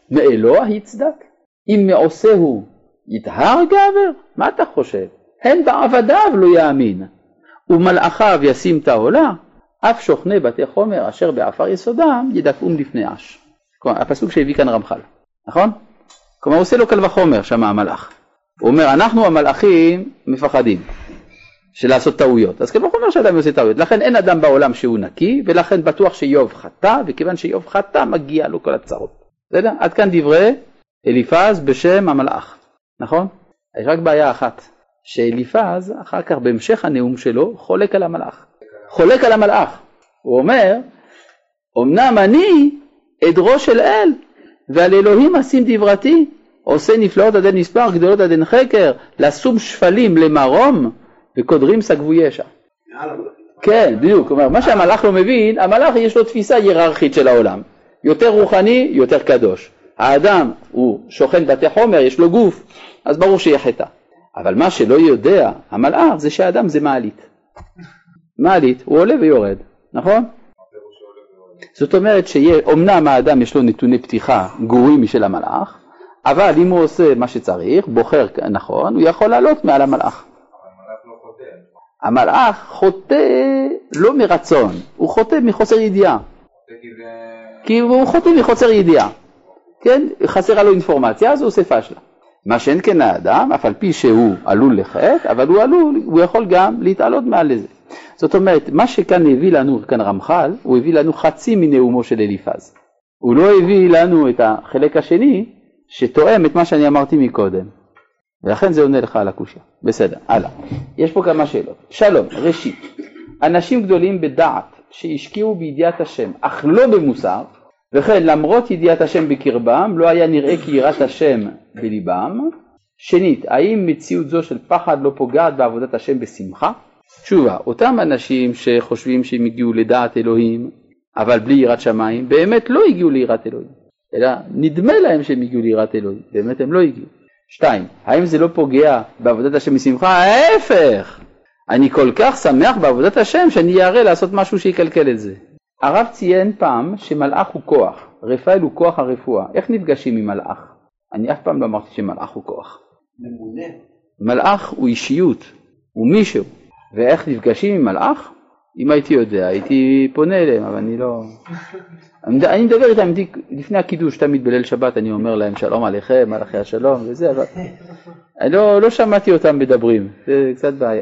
מאלוה יצדק, אם מעושהו יטהר גבר, מה אתה חושב? הן בעבדיו לא יאמין, ומלאכיו ישים את העולה, אף שוכני בתי חומר אשר באפר יסודם ידכאום לפני אש. כלומר, הפסוק שהביא כאן רמח"ל, נכון? כלומר, הוא עושה לו קל וחומר שם המלאך. הוא אומר, אנחנו המלאכים מפחדים של לעשות טעויות. אז קל וחומר שאדם עושה טעויות. לכן אין אדם בעולם שהוא נקי, ולכן בטוח שאיוב חטא, וכיוון שאיוב חטא מגיע לו כל הצרות. בסדר? עד כאן דברי אליפז בשם המלאך. נכון? יש רק בעיה אחת, שאליפז אחר כך בהמשך הנאום שלו חולק על המלאך. חולק על המלאך. הוא אומר, אמנם אני עדרו של אל, ועל אלוהים אשים דברתי, עושה נפלאות עד אין מספר, גדולות עד אין חקר, לשום שפלים למרום, וקודרים סגבו ישע. כן, בדיוק. כלומר, מה שהמלאך לא מבין, המלאך יש לו תפיסה היררכית של העולם. יותר רוחני, יותר קדוש. האדם הוא שוכן בתי חומר, יש לו גוף, אז ברור שיהיה חטא. אבל מה שלא יודע המלאך זה שהאדם זה מעלית. מעלית, הוא עולה ויורד, נכון? זאת אומרת שאומנם האדם יש לו נתוני פתיחה גרועים משל המלאך, אבל אם הוא עושה מה שצריך, בוחר נכון, הוא יכול לעלות מעל המלאך. המלאך חוטא לא מרצון, הוא חוטא מחוסר ידיעה. כי הוא חוטא מחוסר ידיעה. כן? חסרה לו אינפורמציה, אז הוא עושה פשלה. מה שאין כן האדם, אף על פי שהוא עלול לחטא, אבל הוא יכול גם להתעלות מעל לזה. זאת אומרת, מה שכאן הביא לנו כאן רמח"ל, הוא הביא לנו חצי מנאומו של אליפז. הוא לא הביא לנו את החלק השני, שתואם את מה שאני אמרתי מקודם. ולכן זה עונה לך על הקושיה. בסדר, הלאה. יש פה כמה שאלות. שלום, ראשית, אנשים גדולים בדעת שהשקיעו בידיעת השם, אך לא במוסר, וכן למרות ידיעת השם בקרבם, לא היה נראה כי יראת השם בליבם. שנית, האם מציאות זו של פחד לא פוגעת בעבודת השם בשמחה? תשובה, אותם אנשים שחושבים שהם הגיעו לדעת אלוהים, אבל בלי יראת שמיים, באמת לא הגיעו ליראת אלוהים. אלא נדמה להם שהם הגיעו ליראת אלוהים, באמת הם לא הגיעו. 2. האם זה לא פוגע בעבודת השם בשמחה? ההפך! אני כל כך שמח בעבודת השם שאני יראה לעשות משהו שיקלקל את זה. הרב ציין פעם שמלאך הוא כוח, רפאל הוא כוח הרפואה. איך נפגשים עם מלאך? אני אף פעם לא אמרתי שמלאך הוא כוח. ממונה. מלאך הוא אישיות, הוא מישהו. ואיך נפגשים עם מלאך? אם הייתי יודע, הייתי פונה אליהם, אבל אני לא... אני מדבר איתם לפני הקידוש, תמיד בליל שבת אני אומר להם שלום עליכם, מלאכי השלום וזה, אבל... אני לא שמעתי אותם מדברים, זה קצת בעיה.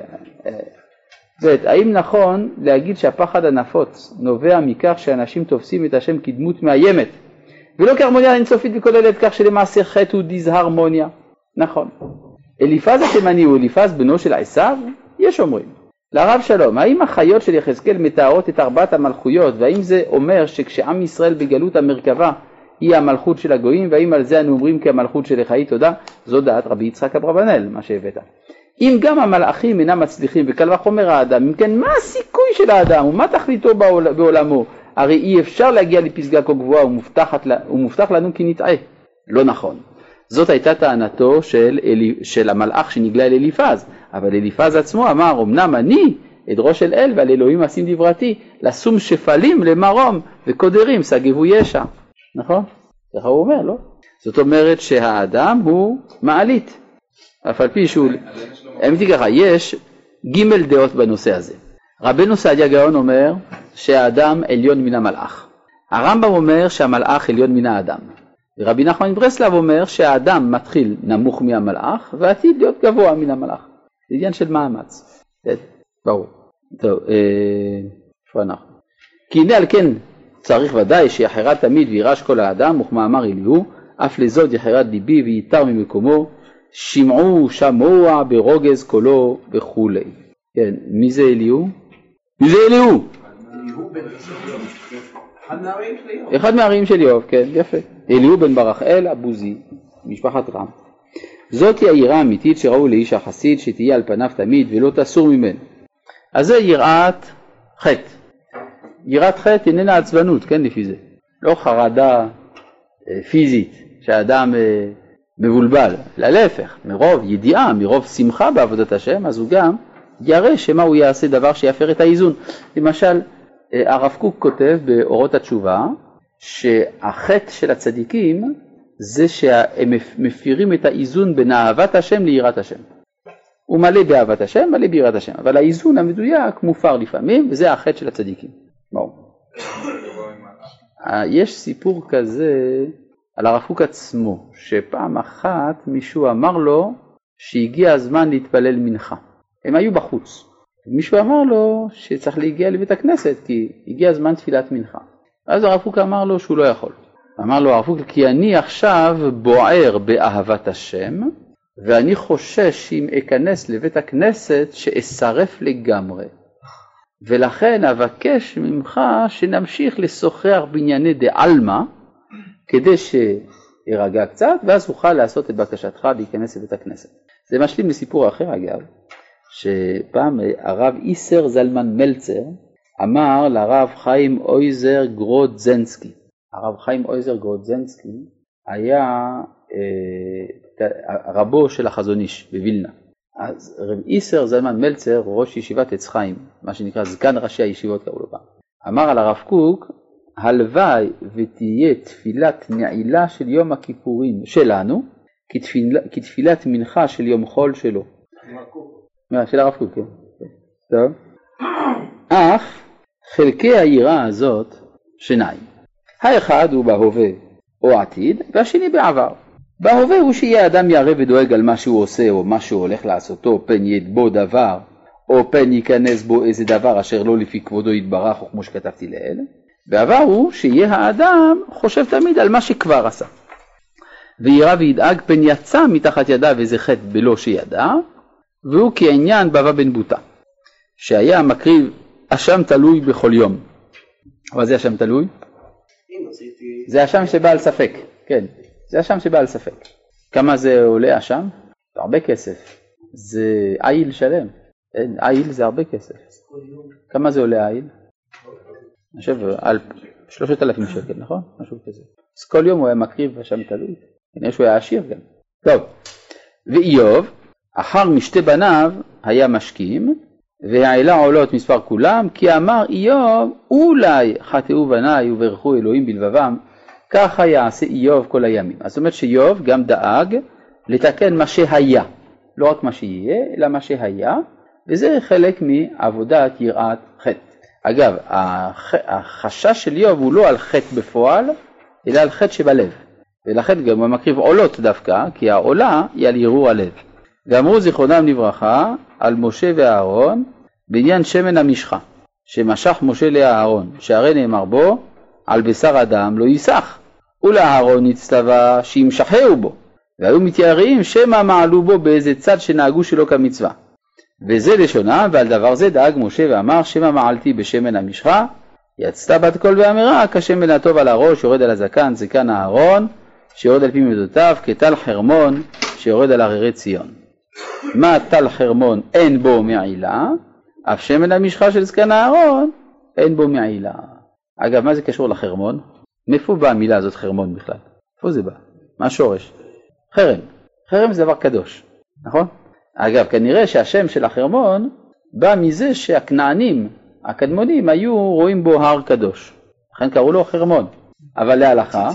האם נכון להגיד שהפחד הנפוץ נובע מכך שאנשים תופסים את השם כדמות מאיימת, ולא כהרמוניה אינסופית וכוללת, כך שלמעשה חטא הוא דיסהרמוניה? נכון. אליפז התימני הוא אליפז בנו של עשיו? יש אומרים. לרב שלום, האם החיות של יחזקאל מתארות את 4 המלכויות, והאם זה אומר שכשעם ישראל בגלות המרכבה היא המלכות של הגויים, והאם על זה אנו אומרים כמלכות של חיי תודה? זו דעת רבי יצחק אברבנאל, מה שהבאת. אם גם המלאכים אינם מצליחים וקל וחומר האדם, אם כן מה הסיכוי של האדם ומה תכליתו בעולמו? הרי אי אפשר להגיע לפסגה כה גבוהה ומובטח לנו כי נטעה. לא נכון. זאת הייתה טענתו של המלאך שנגלה אל אליפז, אבל אליפז עצמו אמר, אמנם אני עדרו של אל ועל אלוהים אשים דברתי, לשום שפלים למרום וקודרים סגבו ישע. נכון? ככה הוא אומר, לא? זאת אומרת שהאדם הוא מעלית. אף על פי שהוא... אמיתי ככה, יש ג' דעות בנושא הזה. רבנו סעדיה גאון אומר שהאדם עליון מן המלאך. הרמב"ם אומר שהמלאך עליון מן האדם. ורבי נחמן מברסלב אומר שהאדם מתחיל נמוך מהמלאך ועתיד להיות גבוה מן המלאך. זה עניין של מאמץ. ברור. טוב, איפה אנחנו? כי הנה על כן צריך ודאי שיחרד תמיד וירש כל האדם, וכמאמר אליהו, אף לזאת יחרד ליבי וייתר ממקומו, שמוע ברוגז קולו וכו'. כן, מי זה אליהו? מי זה אליהו? אחד מהרעים של איוב, כן, יפה. אליהו בן ברכאל אבוזי, משפחת רם. זאת היא היראה האמיתית שראו לאיש החסיד שתהיה על פניו תמיד ולא תסור ממנו. אז זה יראת חטא. יראת חטא איננה עצבנות, כן, לפי זה. לא חרדה פיזית שהאדם מבולבל, אלא להפך, מרוב ידיעה, מרוב שמחה בעבודת השם, אז הוא גם ירא שמה הוא יעשה דבר שיפר את האיזון. למשל, הרב קוק כותב באורות התשובה שהחטא של הצדיקים זה שהם מפירים את האיזון בין אהבת השם ליראת השם. הוא מלא באהבת השם, מלא ביראת השם, אבל האיזון המדויק מופר לפעמים, וזה החטא של הצדיקים. יש סיפור כזה על הרב קוק עצמו, שפעם אחת מישהו אמר לו שהגיע הזמן להתפלל מנחה. הם היו בחוץ. מישהו אמר לו שצריך להגיע לבית הכנסת, כי הגיע הזמן תפילת מנחה. אז הרב קוק אמר לו שהוא לא יכול. אמר לו הרב קוק, כי אני עכשיו בוער באהבת השם, ואני חושש שאם אכנס לבית הכנסת שאשרף לגמרי. ולכן אבקש ממך שנמשיך לשוחח בענייני דעלמא, כדי שירגע קצת, ואז אוכל לעשות את בקשתך להיכנס לבית הכנסת. זה משלים לסיפור אחר אגב, שפעם הרב איסר זלמן מלצר אמר לרב חיים אויזר גרודזנסקי. הרב חיים אויזר גרודזנסקי היה רבו של החזון איש בווילנה. אז רב איסר זלמן מלצר, ראש ישיבת עץ חיים, מה שנקרא זקן ראשי הישיבות קראו לו פעם, אמר על הרב קוק, הלוואי ותהיה תפילת נעילה של יום הכיפורים שלנו, כתפילת מנחה של יום חול שלו. של הרב קוק, כן. טוב. אך חלקי העירה הזאת שניים. האחד הוא בהווה או עתיד, והשני בעבר. בהווה הוא שיהיה אדם ירא ודואג על מה שהוא עושה או מה שהוא הולך לעשותו, פן יד בו דבר, או פן ייכנס בו איזה דבר אשר לא לפי כבודו יתברך, או כמו שכתבתי לאל. בעבר הוא שיהיה האדם חושב תמיד על מה שכבר עשה. וירא וידאג פן יצא מתחת ידיו איזה חטא בלא שידע, והוא כעניין בבא בן בוטה, שהיה מקריב אשם תלוי בכל יום. אבל זה אשם תלוי? זה אשם שבא על ספק, כן. זה אשם שבא על ספק. כמה זה עולה אשם? זה הרבה כסף. זה עיל שלם. עיל זה הרבה כסף. כמה זה עולה עיל? אני חושב על 3,000 שקל, נכון? משהו כזה. אז כל יום הוא היה מקריב אשם תלוי. כנראה שהוא היה עשיר גם. טוב. ואיוב, אחר משתי בניו היה משכים, והעילה עולות מספר כולם, כי אמר איוב, אולי חטאו בניי וברכו אלוהים בלבבם, ככה יעשה איוב כל הימים. זאת אומרת שאיוב גם דאג לתקן מה שהיה, לא רק מה שיהיה, אלא מה שהיה, וזה חלק מעבודת יראת חטא. אגב, החשש של איוב הוא לא על חטא בפועל, אלא על חטא שבלב. ולכן גם הוא מקריב עולות דווקא, כי העולה היא על ערעור הלב. ואמרו זיכרונם לברכה על משה ואהרון בעניין שמן המשחה, שמשך משה לאהרון, שהרי נאמר בו, על בשר אדם לא ייסח, ולאהרון נצטווה שימשחהו בו, והיו מתייראים שמא מעלו בו באיזה צד שנהגו שלא כמצווה. וזה לשונה, ועל דבר זה דאג משה ואמר, שמא מעלתי בשמן המשחה, יצתה בת קול ואמרה, כשמן הטוב על הראש יורד על הזקן, זקן אהרון, שיורד על פי מידותיו, כטל חרמון שיורד על הררי ציון. מה טל חרמון אין בו מעילה, אף שמן המשחה של זקן אהרון אין בו מעילה. אגב, מה זה קשור לחרמון? מאיפה באה המילה הזאת חרמון בכלל? איפה זה בא? מה השורש? חרם. חרם זה דבר קדוש, נכון? אגב, כנראה שהשם של החרמון בא מזה שהכנענים, הקדמונים, היו רואים בו הר קדוש. לכן קראו לו חרמון. אבל להלכה,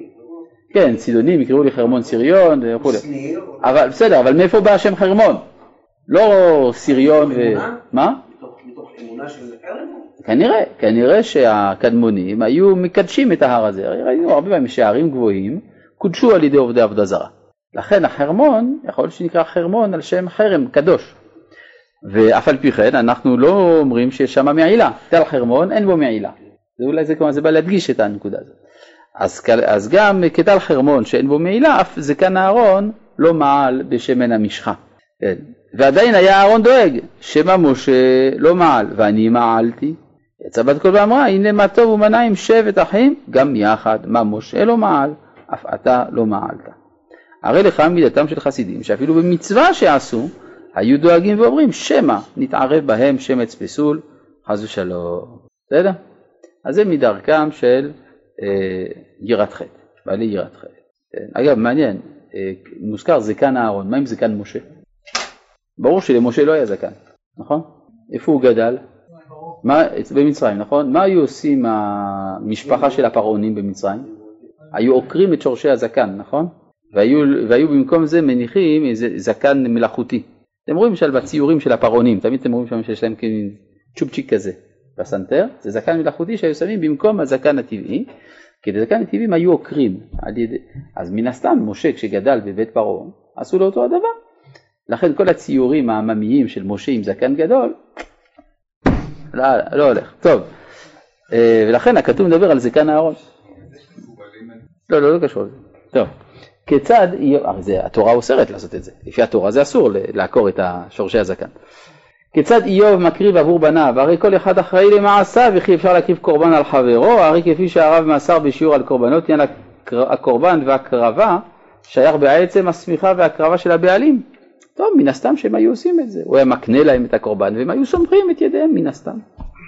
כן, צידונים, יקראו לי חרמון סיריון וכו'. אבל בסדר, אבל מאיפה בא השם חרמון? לא סיריון ו... מה? מתוך אמונה של חרם? כנראה שהקדמונים היו מקדשים את ההר הזה. ראינו הרבה פעמים שערים גבוהים, קודשו על ידי עובדי עבודה זרה. לכן החרמון, יכול להיות שנקרא חרמון על שם חרם, קדוש. ואף על פי כן, אנחנו לא אומרים שיש שם מעילה. תל חרמון, אין בו מעילה. זה אולי זה בא להדגיש את הנקודה הזאת. אז גם כתל חרמון שאין בו מעילה, אף זקן אהרון לא מעל בשמן המשחה. כן. ועדיין היה אהרון דואג, שמא משה לא מעל, ואני מעלתי. יצא בת קול ואמרה, הנה מה טוב ומנה עם שבט אחים, גם יחד, מה משה לא מעל, אף אתה לא מעלת. הרי לך מידתם של חסידים, שאפילו במצווה שעשו, היו דואגים ואומרים, שמא נתערב בהם שמץ פסול, חס ושלום. בסדר? אז זה מדרכם של יראת חטא, בעלי יראת חטא. אגב, מעניין, מוזכר זקן אהרון, מה עם זקן משה? ברור שלמשה לא היה זקן, נכון? איפה הוא גדל? במצרים, נכון? מה היו עושים המשפחה של הפרעונים במצרים? היו עוקרים את שורשי הזקן, נכון? והיו במקום זה מניחים איזה זקן מלאכותי. אתם רואים למשל בציורים של הפרעונים, תמיד אתם רואים שם שיש להם כאילו צ'ופצ'יק כזה בסנטר, זה זקן מלאכותי שהיו שמים במקום הזקן הטבעי, כי את הזקן הטבעיים היו עוקרים. אז מן הסתם משה כשגדל בבית פרעה עשו לו אותו הדבר. לכן כל הציורים העממיים של משה עם זקן גדול, לא הולך. טוב, ולכן הכתוב מדבר על זקן אהרון. לא קשור לזה. טוב, כיצד, התורה אוסרת לעשות את זה. לפי התורה זה אסור לעקור את שורשי הזקן. כיצד איוב מקריב עבור בניו, הרי כל אחד אחראי למעשיו, וכי אפשר להקריב קורבן על חברו, הרי כפי שהרב מסר בשיעור על קורבנות, עניין הקורבן והקרבה שייך בעצם הסמיכה והקרבה של הבעלים. טוב, מן הסתם שהם היו עושים את זה. הוא היה מקנה להם את הקורבן, והם היו סומכים את ידיהם מן הסתם.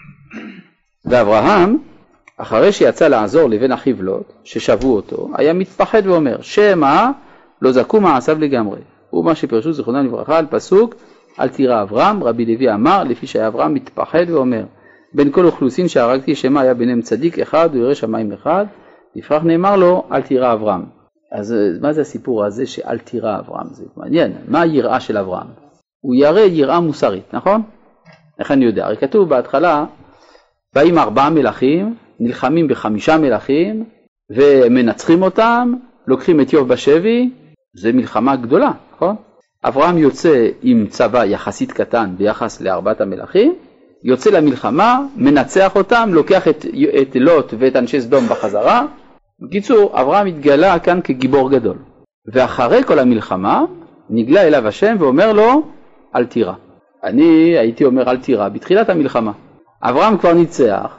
ואברהם, אחרי שיצא לעזור לבן אחיו לוט, ששבו אותו, היה מתפחד ואומר, שמא לא זכו מעשיו לגמרי. ומה שפרשו זיכרונם לברכה על פסוק, אל תירא אברהם, רבי לוי אמר, לפי שהיה אברהם מתפחד ואומר, בין כל אוכלוסין שהרגתי שמא היה ביניהם צדיק אחד וירא שמיים אחד, לפרח נאמר לו, אל תירא אברהם. אז מה זה הסיפור הזה שאל תירא אברהם? זה מעניין, מה היראה של אברהם? הוא ירא יראה מוסרית, נכון? איך אני יודע? הרי כתוב בהתחלה, באים 4 מלכים, נלחמים ב5 מלכים, ומנצחים אותם, לוקחים את איוב בשבי, זה מלחמה גדולה, נכון? אברהם יוצא עם צבא יחסית קטן ביחס ל4 המלכים, יוצא למלחמה, מנצח אותם, לוקח את לוט ואת אנשי סדום בחזרה. בקיצור, אברהם התגלה כאן כגיבור גדול. ואחרי כל המלחמה, נגלה אליו השם ואומר לו, אל תירא. אני הייתי אומר אל תירא בתחילת המלחמה. אברהם כבר ניצח,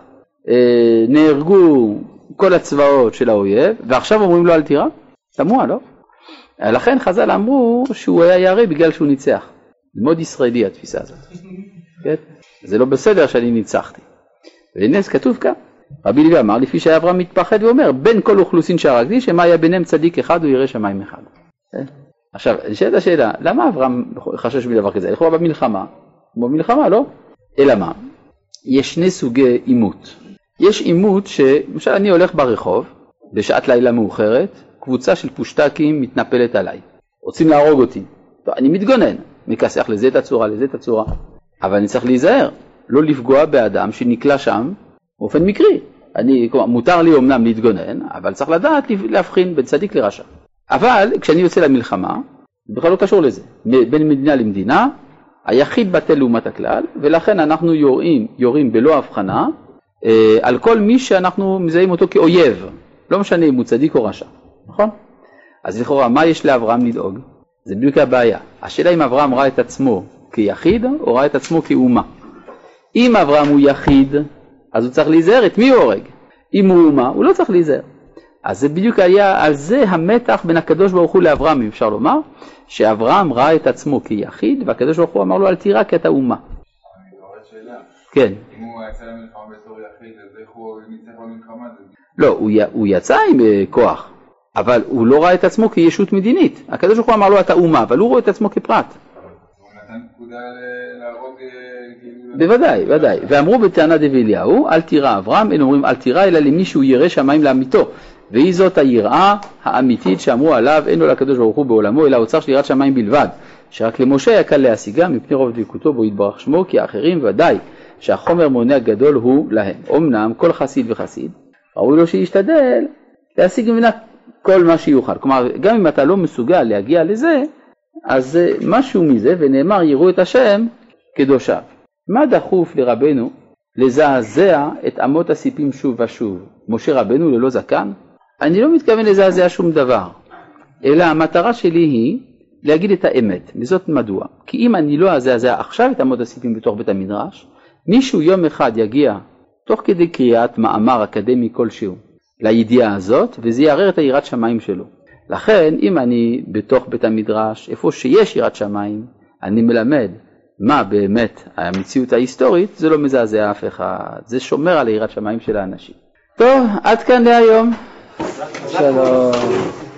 נהרגו כל הצבאות של האויב, ועכשיו אומרים לו אל תירא? תמוה, לא? לכן חז"ל אמרו שהוא היה ירא בגלל שהוא ניצח. מאוד ישראלי התפיסה הזאת. כן? זה לא בסדר שאני ניצחתי. ונס כתוב כאן. רבי לוי אמר, לפי שהיה אברהם מתפחד ואומר, בין כל אוכלוסין שהרגתי, שמה היה ביניהם צדיק אחד וירא שמיים אחד. עכשיו, נשאלת השאלה, למה אברהם חשש בדבר כזה? לכאורה במלחמה, במלחמה לא? אלא מה? יש 2 סוגי אימות. יש אימות למשל אני הולך ברחוב, בשעת לילה מאוחרת, קבוצה של פושטקים מתנפלת עליי. רוצים להרוג אותי. טוב, אני מתגונן, מכסח לזה את הצורה, לזה את הצורה. אבל אני צריך להיזהר, לא לפגוע באדם שנקלע שם באופן מקרי. מותר לי אומנם להתגונן, אבל צריך לדעת להבחין בין צדיק לרשע. אבל כשאני יוצא למלחמה, זה בכלל לא קשור לזה. בין מדינה למדינה, היחיד בטל לעומת הכלל, ולכן אנחנו יורים בלא הבחנה על כל מי שאנחנו מזהים אותו כאויב. לא משנה אם הוא צדיק או רשע. נכון? אז לכאורה, מה יש לאברהם לדאוג? זה בדיוק הבעיה. השאלה אם אברהם ראה את עצמו כיחיד או ראה את עצמו כאומה. אם אברהם הוא יחיד, אז הוא צריך להיזהר את מי הוא הורג. אם הוא אומה, הוא לא צריך להיזהר. אז זה בדיוק היה, על זה המתח בין הקדוש ברוך הוא לאברהם, אם אפשר לומר, שאברהם ראה את עצמו כיחיד, והקדוש ברוך הוא אמר לו, אל תירא כי אתה אומה. אני קוראת שאלה. כן. אם הוא יצא למלחמה בתור יחיד, אז איך הוא ניצח במלחמה? לא, הוא יצא עם כוח, אבל הוא לא ראה את עצמו כישות מדינית. הקדוש ברוך הוא אמר לו, אתה אומה, אבל הוא רואה את עצמו כפרט. הוא נתן פקודה להרוג... בוודאי, ודאי. ואמרו בטענה דבליהו, אל תירא אברהם, אין אומרים אל תירא, אלא למי שהוא ירא שמיים לאמיתו. והיא זאת היראה האמיתית שאמרו עליו, אין לו לקדוש ברוך הוא בעולמו, אלא אוצר של יראת שמיים בלבד. שרק למשה היה קל להשיגה מפני רוב דבקותו בו יתברך שמו, כי האחרים ודאי שהחומר מונע גדול הוא להם. אמנם כל חסיד וחסיד, ראוי לו שישתדל להשיג ממנה כל מה שיוכל. כלומר, גם אם אתה לא מסוגל להגיע לזה, אז משהו מזה, ונאמר יראו את השם קדושיו. מה דחוף לרבנו לזעזע את אמות הסיפים שוב ושוב? משה רבנו ללא זקן? אני לא מתכוון לזעזע שום דבר, אלא המטרה שלי היא להגיד את האמת. וזאת מדוע? כי אם אני לא אזעזע עכשיו את אמות הסיפים בתוך בית המדרש, מישהו יום אחד יגיע תוך כדי קריאת מאמר אקדמי כלשהו לידיעה הזאת, וזה יערער את יראת שמיים שלו. לכן אם אני בתוך בית המדרש, איפה שיש יראת שמיים, אני מלמד מה באמת המציאות ההיסטורית, זה לא מזעזע אף אחד, זה שומר על יראת שמיים של האנשים. טוב, עד כאן להיום. שלום.